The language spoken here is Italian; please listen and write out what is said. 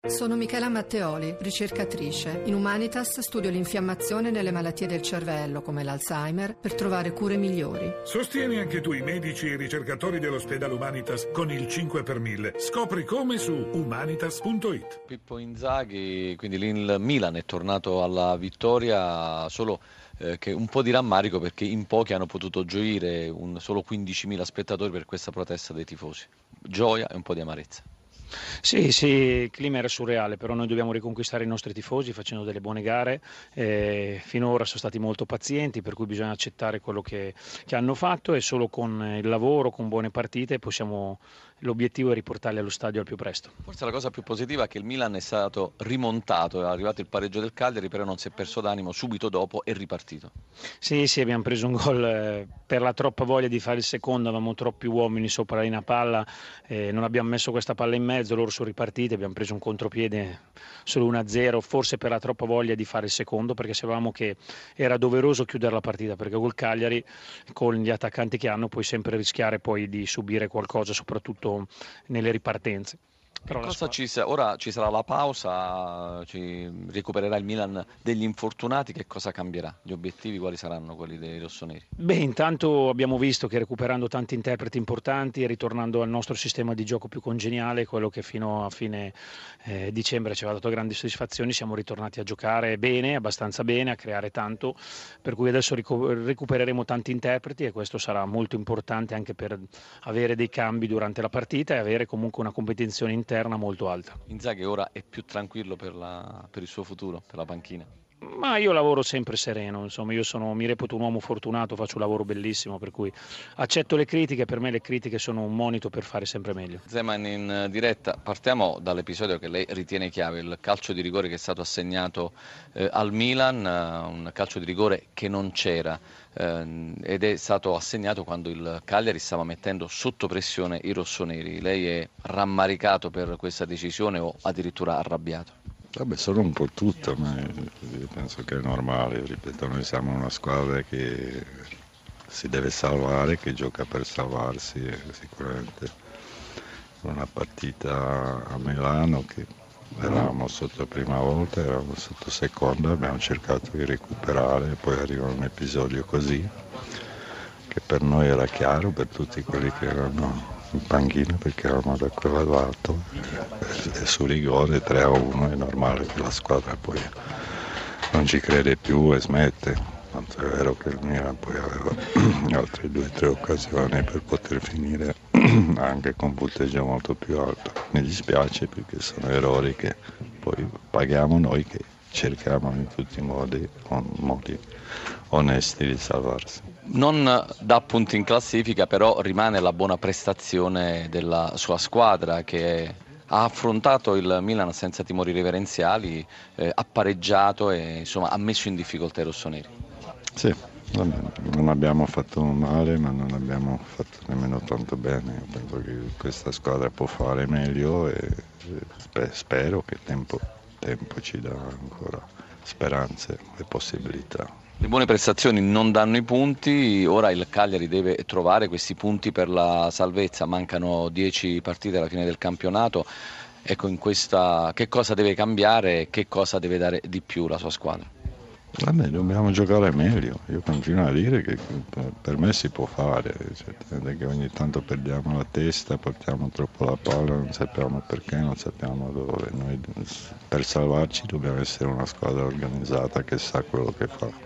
Sono Michela Matteoli, ricercatrice. In Humanitas studio l'infiammazione nelle malattie del cervello, come l'Alzheimer, per trovare cure migliori. Sostieni anche tu i medici e i ricercatori dell'ospedale Humanitas con il 5 per 1000. Scopri come su humanitas.it. Pippo Inzaghi, quindi il Milan è tornato alla vittoria, solo che un po' di rammarico perché in pochi hanno potuto gioire, solo 15.000 spettatori per questa protesta dei tifosi. Gioia e un po' di amarezza. Sì, il clima era surreale, però noi dobbiamo riconquistare i nostri tifosi facendo delle buone gare. Finora sono stati molto pazienti, per cui bisogna accettare quello che hanno fatto, e solo con il lavoro, con buone partite l'obiettivo è riportarli allo stadio al più presto. Forse la cosa più positiva è che il Milan è stato rimontato, è arrivato il pareggio del Cagliari, però non si è perso d'animo, subito dopo è ripartito. Sì, abbiamo preso un gol per la troppa voglia di fare il secondo, avevamo troppi uomini sopra la linea palla, non abbiamo messo questa palla in mezzo, loro sono ripartiti, abbiamo preso un contropiede solo 1-0, forse per la troppa voglia di fare il secondo, perché sapevamo che era doveroso chiudere la partita, perché col Cagliari, con gli attaccanti che hanno, puoi sempre rischiare poi di subire qualcosa, soprattutto nelle ripartenze. Ora ci sarà la pausa, ci recupererà il Milan degli infortunati, che cosa cambierà? Gli obiettivi quali saranno quelli dei rossoneri? Intanto abbiamo visto che recuperando tanti interpreti importanti e ritornando al nostro sistema di gioco più congeniale, quello che fino a fine dicembre ci aveva dato grandi soddisfazioni, siamo ritornati a giocare bene, abbastanza bene, a creare tanto, per cui adesso recupereremo tanti interpreti e questo sarà molto importante anche per avere dei cambi durante la partita e avere comunque una competizione interna molto alta. Inzaghi ora è più tranquillo per il suo futuro, per la panchina? Ma io lavoro sempre sereno, insomma, mi reputo un uomo fortunato, faccio un lavoro bellissimo, per cui accetto le critiche, per me le critiche sono un monito per fare sempre meglio. Zeman in diretta, partiamo dall'episodio che lei ritiene chiave, il calcio di rigore che è stato assegnato al Milan, un calcio di rigore che non c'era ed è stato assegnato quando il Cagliari stava mettendo sotto pressione i rossoneri. Lei è rammaricato per questa decisione o addirittura arrabbiato? Vabbè, sono un po' tutto, ma io penso che è normale, ripeto, noi siamo una squadra che si deve salvare, che gioca per salvarsi, e sicuramente una partita a Milano che eravamo sotto prima volta, eravamo sotto seconda, abbiamo cercato di recuperare, poi arriva un episodio così, che per noi era chiaro, per tutti quelli che erano in panchina, perché eravamo da quel lato, e su rigore 3-1 è normale che la squadra poi non ci crede più e smette, tanto è vero che il Milan poi aveva altre 2 o 3 occasioni per poter finire anche con punteggio molto più alto. Mi dispiace perché sono errori che poi paghiamo noi, che cerchiamo in tutti i modi onesti di salvarsi. Non dà punti in classifica, però rimane la buona prestazione della sua squadra, che ha affrontato il Milan senza timori reverenziali, ha pareggiato e insomma ha messo in difficoltà i rossoneri. Sì, non abbiamo fatto male, ma non abbiamo fatto nemmeno tanto bene. Io penso che questa squadra può fare meglio e spero che il tempo ci dà ancora speranze e possibilità. Le buone prestazioni non danno i punti, ora il Cagliari deve trovare questi punti per la salvezza, mancano 10 partite alla fine del campionato. Ecco, in questa che cosa deve cambiare, che cosa deve dare di più la sua squadra? Vabbè, dobbiamo giocare meglio, io continuo a dire che per me si può fare, che ogni tanto perdiamo la testa, portiamo troppo la palla, non sappiamo perché, non sappiamo dove. Noi per salvarci dobbiamo essere una squadra organizzata che sa quello che fa.